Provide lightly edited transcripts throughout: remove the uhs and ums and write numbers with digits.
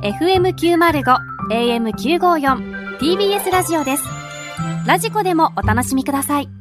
FM905 AM954 TBS ラジオです。ラジコでもお楽しみください。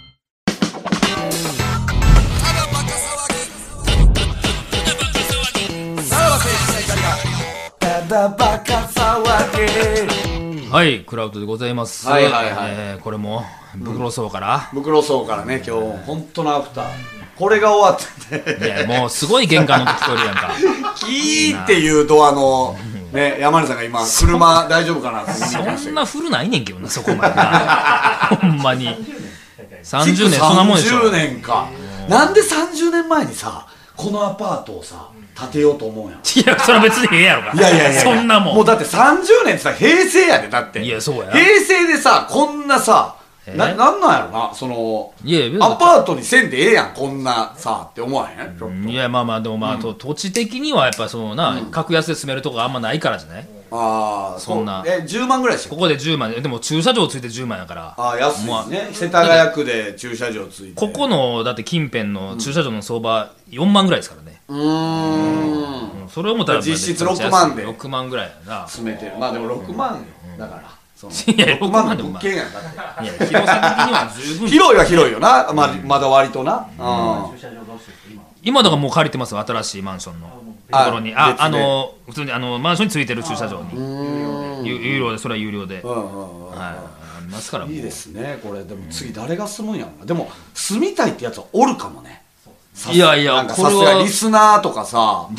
はい、クラウドでございます。 はいはいはい、 これも袋層から、 袋層からね、今日本当のアフターこれが終わってて、 いやもうすごい玄関の音聞こえるやんか。 キーっていうドアのね、山根さんが今車大丈夫かなって見に行きましたけど、 そんな古ないねんけどな、そこまでな。ほんまに30年そんなもんでしょ。 30年か。なんで30年前にさ、このアパートをさ建てようと思うんやろ。 いや、それは別にええやろか。 いやいやいや、 そんなもん。 もうだって30年ってさ、平成やで。だっていや、そうや。 平成でさ、こんなさ、なんなんやろな、そのいやアパートにせんでええやん、こんなさって思わへん？ちょっといや、まあまあ、でもまあ、土地的にはやっぱそのな、格安で住めるとこあんまないからじゃない？ ああ、 そんな 10万ぐらいしてここで10万で、でも駐車場ついて10万やから。 ああ、安いね。世田谷区で駐車場ついて、 ここのだって近辺の駐車場の相場4万ぐらいですからね。それを思ったら実質6万で 6万ぐらいやな。 住めてる。まあでも6万だからいや、 6万の物件やんだって。 いや、広さ的には十分。 広いは広いよな、まだ割とな。 今だからもう借りてますよ、新しいマンションのところに。普通にマンションについてる駐車場に有料で、それは有料でありますから。 いいですね。これでも次誰が住むんやろな。でも住みたいってやつはおるかもね。 いやいや、 なんかさすがリスナーとかさ、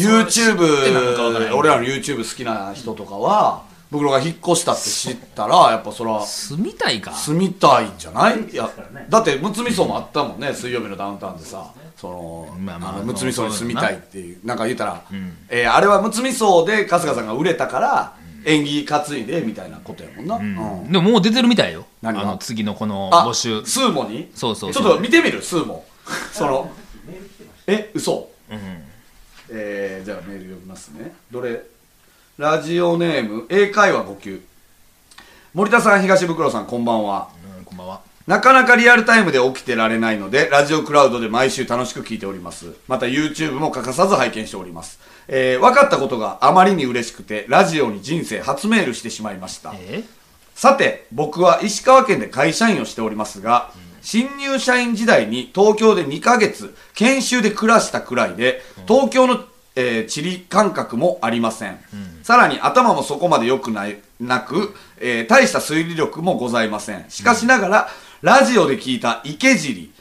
YouTube 俺らの YouTube 好きな人とかは、僕らが引っ越したって知ったら、やっぱそれは住みたいか、 住みたいんじゃない？いや、だってむつみ荘もあったもんね、水曜日のダウンタウンでさ、むつみ荘に住みたいっていう、なんか言ったら、あれはむつみ荘で春日さんが売れたから縁起担いでみたいなことやもんな。 でももう出てるみたいよ、次のこの募集。 スーモに？ そうそう。 ちょっと見てみる？スーモその嘘？じゃあメール読みますね。どれ？ラジオネーム英会話5級。森田さん、東袋さん、こんばんは。 こんばんは。 なかなかリアルタイムで起きてられないので、ラジオクラウドで毎週楽しく聞いております。また YouTube も欠かさず拝見しております。分かったことがあまりに嬉しくて、ラジオに人生初メールしてしまいました。さて、僕は石川県で会社員をしておりますが、新入社員時代に東京で2ヶ月研修で暮らしたくらいで、東京の地理感覚もありません。さらに頭もそこまで良くなく、大した推理力もございません。しかしながら、ラジオで聞いた池尻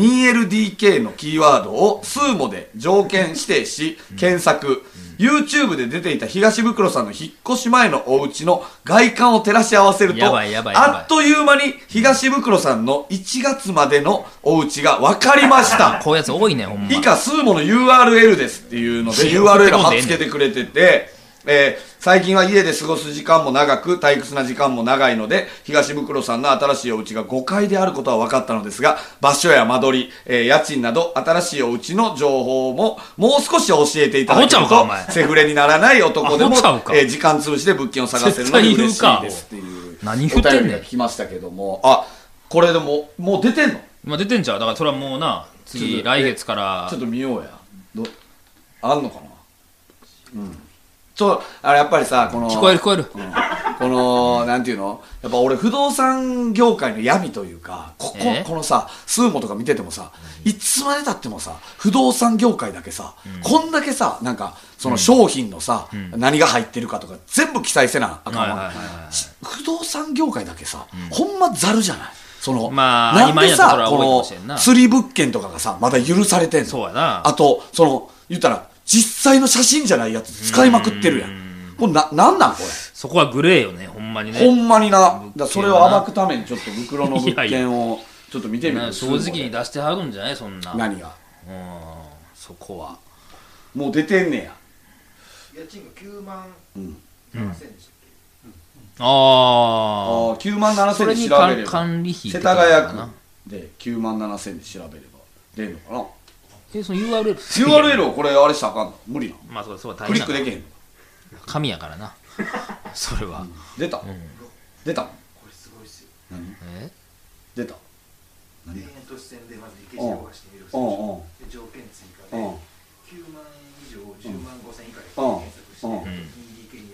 2LDK のキーワードをスーモで条件指定し検索、YouTube で出ていた東袋さんの引っ越し前のお家の外観を照らし合わせると、あっという間に東袋さんの1月までのお家が分かりました。 こういうやつ多いね、ほんま。 以下スーモの URL ですっていうので URL を貼っつけてくれてて、最近は家で過ごす時間も長く退屈な時間も長いので、東袋さんの新しいお家が5階であることは分かったのですが、場所や間取り、家賃など新しいお家の情報ももう少し教えていただけるとセフレにならない男でも、時間潰しで物件を探せるので嬉しいですっていうお便りが聞きましたけども、これでももう出てんの？ 今出てんじゃん。だからそれはもうな、次来月からちょっと見ようや。あんのかな。やっぱりさ、この聞こえる、 このなんていうの、やっぱ俺不動産業界の闇というか、このさスーモとか見ててもさ、いつまでたってもさ不動産業界だけさ、こんだけさ、なんかその商品のさ、何が入ってるかとか全部記載せなあかんわ。不動産業界だけさ、ほんまざるじゃない。なんでさ、この釣り物件とかがさまだ許されてんの。 そうやな。 あと言ったら実際の写真じゃないやつ使いまくってるやん。これなんこれ。 そこはグレーよね、ほんまにね。 ほんまにな。それを暴くためにちょっと袋の物件をちょっと見てみる。 正直に出してはるんじゃない、そんな。 何が？ そこはもう出てんねや。 家賃が9万7千でしたっけ？ 9万7千で調べれば、 管理費世田谷区で9万7千で調べれば出るのかな。 その URL をこれあれしたらあかんの？無理なの？ まあそうクリックできへんの？ 紙やからな。それは出た？出た？ これすごいっすよ。 何？出た？ 田園都市線でまず池尻をしてみる。で条件追加で9万以上10万5千以下で検索して 2DK に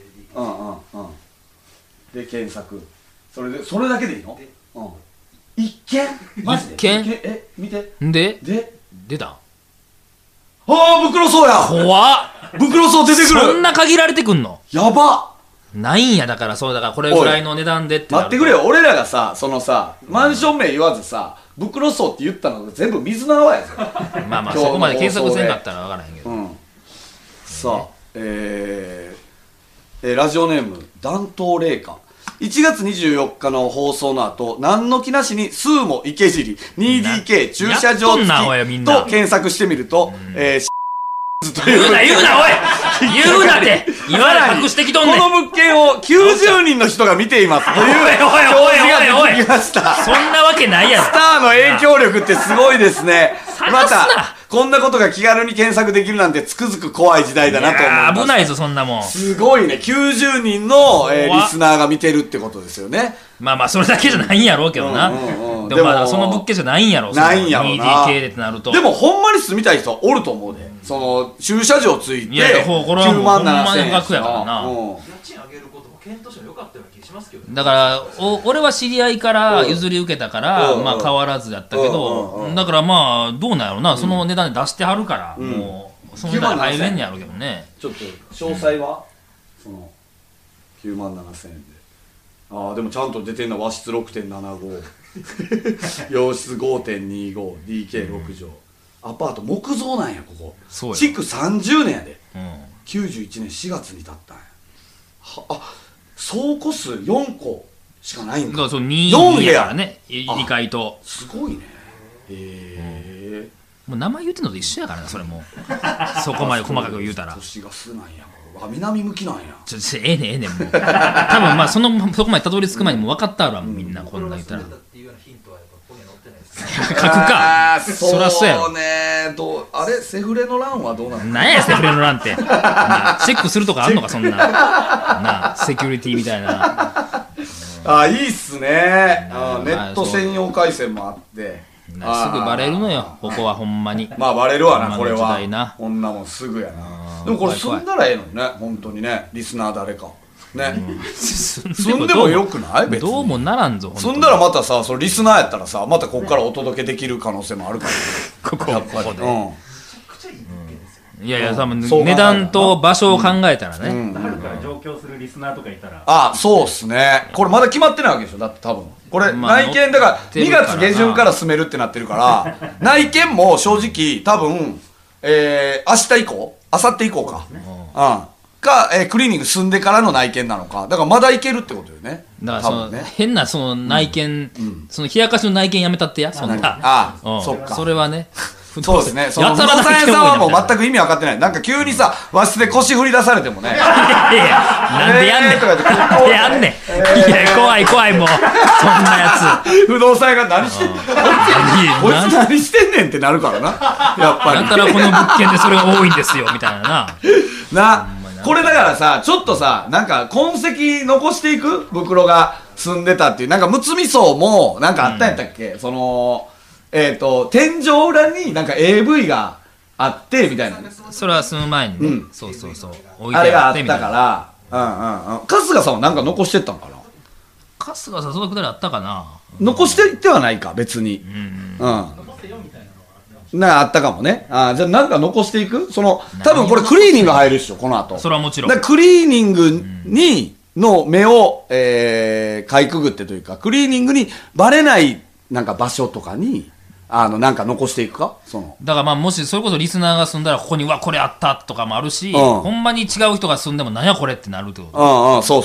で検索。それだけでいいの？うん。一件？マジで？ 一件？ 見て。 で出た？ ああ、袋そうや。 怖っ。 袋そう出てくる。 そんな限られてくんの？ やば。 ないんや。だからそうだからこれぐらいの値段でって待ってくれよ。俺らがさ、そのさ、マンション名言わずさ、袋そうって言ったのが全部水の泡やぞ。 まあそこまで検索せんかったら分からへんけど。 さあ、ラジオネーム弾頭霊下。1月24日の放送の後、何の気なしにスーモ池尻 2DK 駐車場付きと検索してみると、 言うなおい言うなって言わない隠してきとんねん。 この物件を90人の人が見ていますという表示が出てきました。 そんなわけないやろ。 スターの影響力ってすごいですね。またこんなことが気軽に検索できるなんてつくづく怖い時代だなと思います。 危ないぞそんなもん。 すごいね。90人の、リスナーが見てるってことですよね。 まあそれだけじゃないんやろうけどな。でもまあその物件じゃないんやろ。 ないんやろな。 2DK でってなると。 でもほんまに住みたい人はおると思うで。その駐車場ついてこれはもう 9万ほんまに 7,000円額やからな。 家賃上げることも検討してもよかったような気がしますけどね。 だから俺は知り合いから譲り受けたからまあ変わらずやったけど、だからまあどうなんやろな。その値段で出してはるからもうその値段入れんねやろうけどね。 ちょっと詳細はその9万7,000円で。ああでもちゃんと出てんの。和室 6.75 洋室 5.25 DK6 畳、アパート木造なんやここ。築30年やで、91年4月に建ったんや。総戸数4個しかないんか。 だからそう4部屋からね、2階と。 すごいね。へえ。 もう名前言ってんのと一緒やからなそれもそこまで細かく言うたら。 都市ガスなんや。南向きなんや。 ええねんもう多分まあそこまでたどり着く前にもう分かったわみんな。こんな言ったら書くか。そらそうやろね。あれセフレの欄はどうなの？ なんやセフレの欄ってチェックするとかあんのかそんななあセキュリティみたいな。 いいっすね。ネット専用回線もあってすぐバレるのよここはほんまに。 まあバレるわなこれは。 こんなもんすぐやな。でもこれ住んだらええのにね。本当にね。リスナー誰かね、住んでもよくない？別にどうもならんぞ。 住んだらまたさ、そのリスナーやったらさ、またここからお届けできる可能性もあるから、 ここで。いやいや多分値段と場所を考えたらね。 春から上京するリスナーとかいたら。 あ、そうっすね。これまだ決まってないわけでしょ。だって多分これ内見だから2月下旬から住めるってなってるから内見も正直多分明日以降、明後日以降か。クリーニング済んでからの内見なのか。だからまだいけるってことよね。 だからその、変なその内見、その冷やかしの内見やめたってや、そんな。 そっか。 それはね。 そうですね。その不動産屋さんはもう全く意味分かってない。なんか急にさ、和室で腰振り出されてもね。 なんでやんねん。なんでやんねん。いや、怖い怖いもう。そんなやつ。不動産屋が何してんの？こいつ何してんねんってなるからな。やっぱり。 だからこの物件でそれが多いんですよ、みたいなな。これだからさ、ちょっとさ、なんか痕跡残していく袋が住んでたっていう、なんかむつみ荘もなんかあったんやったっけ？その、天井裏になんか AV があってみたいな。 それは住む前にね。そうそうそう。 あれがあったから、春日さんはなんか残してったんかな？ 春日さんそのくだりあったかな？ 残していってはないか、別に。なんかあったかもね。じゃあなんか残していく？その、多分これクリーニング入るっしょ、この後。 それはもちろん。 だからクリーニングの目を、かいくぐってというか、クリーニングにバレないなんか場所とかに、なんか残していくか？ だからまあもしそれこそリスナーが住んだらここにこれあったとかもあるし、ほんまに違う人が住んでもなんやこれってなるってこと。 そう。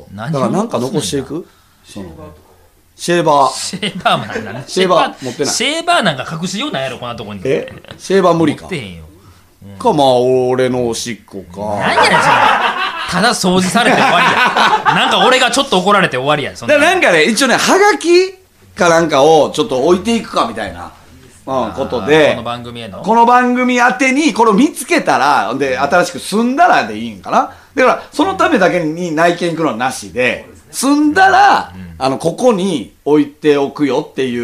だからなんか残していく？シェーバーもなんだね。 シェーバー持ってない。 シェーバーなんか隠しようなんやろこんなとこに。 シェーバー無理か。 持ってへんよ。 かまあ俺のおしっこか。 なんやねんそれ。ただ掃除されて終わりや。なんか俺がちょっと怒られて終わりや。 なんかね、一応ね、はがきかなんかをちょっと置いていくかみたいなことで、 この番組へのこの番組宛てにこれを見つけたら、で新しく住んだらでいいんかな。だからそのためだけに内見行くのはなしで、住んだらここに置いておくよっていう。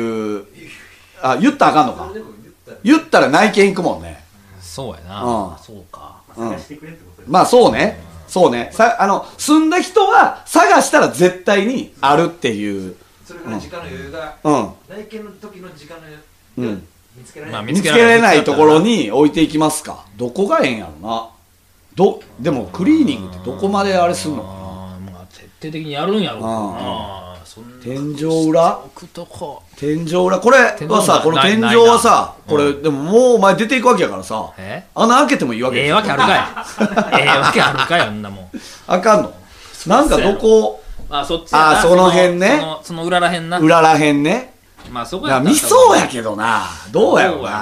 言ったらあかんのか。言ったら内見行くもんね。 そうやな。そうか。 まあそうね。 そうね。住んだ人は探したら絶対にあるっていう。 それぐらい時間の余裕が、内見の時の時間の余裕が見つけられない。 見つけられないところに置いていきますか。どこがええんやろな。でもクリーニングってどこまであれすんのかな。 徹底的にやるんやろうな。天井裏天井裏これはさ、この天井はさ、これでももうお前出ていくわけやからさ、穴開けてもいいわけええわけあるかい。ええわけあるかい、あんなもん。 あかんの。なんかどこ、 そっちやな。 その辺ね。 その裏らへんな。 裏らへんね。 まあそこやったら見そうやけどな。どうやろうな。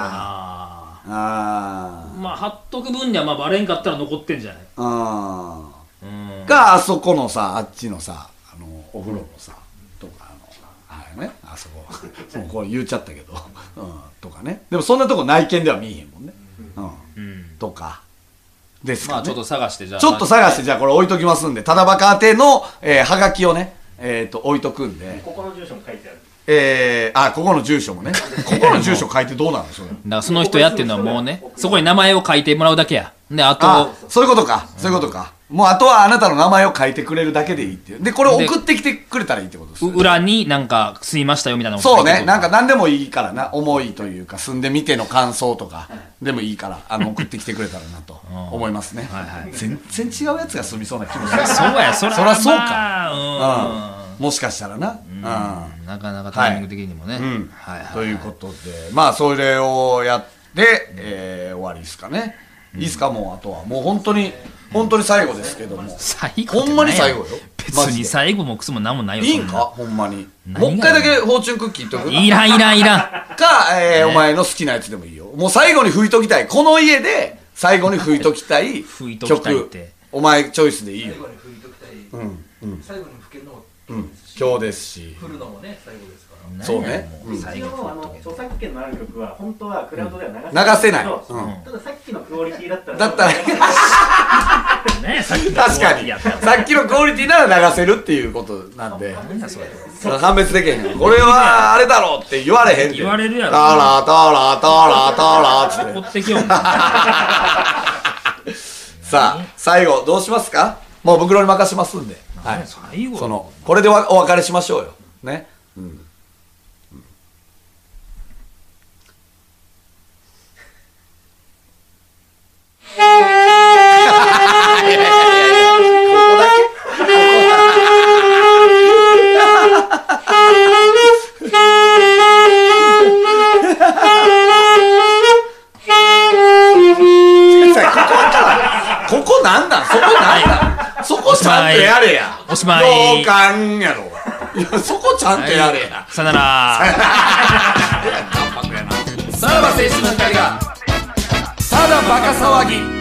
まあ貼っとく分にはバレんかったら残ってんじゃない。 があそこのさ、あっちのさ、お風呂のさとか、あれね、あそこもうこれ言っちゃったけど、とかね。でもそんなとこ内見では見えへんもんね。とかですかね。 まあちょっと探してじゃあこれ置いときますんで、ただバカ宛てのはがきをね、置いとくんで。 ここの住所も書いてある。 ここの住所もね。ここの住所書いてどうなんでしょうね。 だからその人やっていうのはもうね、そこに名前を書いてもらうだけや。で、あと。 そういうことか。そういうことか。もうあとはあなたの名前を書いてくれるだけでいいっていう。で、これを送ってきてくれたらいいってことですね。 裏になんか住みましたよみたいなのそうね。なんか何でもいいからな。思いというか、住んでみての感想とかでもいいから、送ってきてくれたらなと思いますね。全然違うやつが住みそうな気もする。 そうや、そらそうか。もしかしたらな。 なかなかタイミング的にもね。 ということで、まあそれをやって、終わりですかね。いいですか、もうあとはもう本当に最後ですけども。 最後ほんまに最後よ。 別に最後もクソも何もないよ。 いいんか、ほんまに。もう一回だけフォーチュンクッキー言っとく。 いらんか、お前の好きなやつでもいいよ。もう最後に吹いときたい、この家で最後に吹いときたい曲、お前チョイスでいいよ。 最後に吹いときたい。最後に吹けるのも今日ですし、 振るのもね最後ですから。 そうね。 一応著作権のある曲は本当はクラウドでは流せない。 たださっきのクオリティだったら確かにさっきのクオリティなら流せるっていうことなんで、判別できへん。これはあれだろうって言われへん。 言われるやろ。 タラタラタラタラって怒ってきよん。 さあ最後どうしますか。もう袋に任しますんで、 最後これでお別れしましょうよね。ここなんなん、そこちゃんとやれや。 おしまい。 同感やろ。いや、そこちゃんとやれや。 さよなら。 さらば青春の光がただバカ騒ぎ。